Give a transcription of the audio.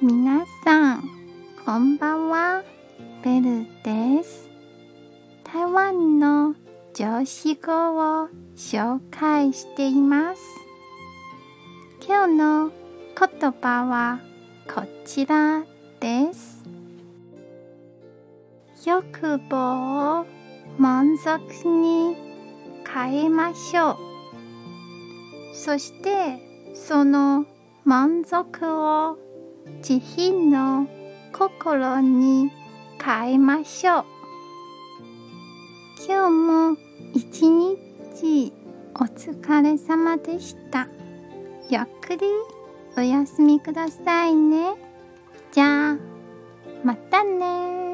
皆さん、こんばんは。ベルです。台湾の常識語を紹介しています。今日の言葉はこちらです。欲望を満足に変えましょう。そしてその満足を慈悲の心に変えましょう。今日も一日お疲れ様でした。ゆっくりお休みくださいね。じゃあまたね。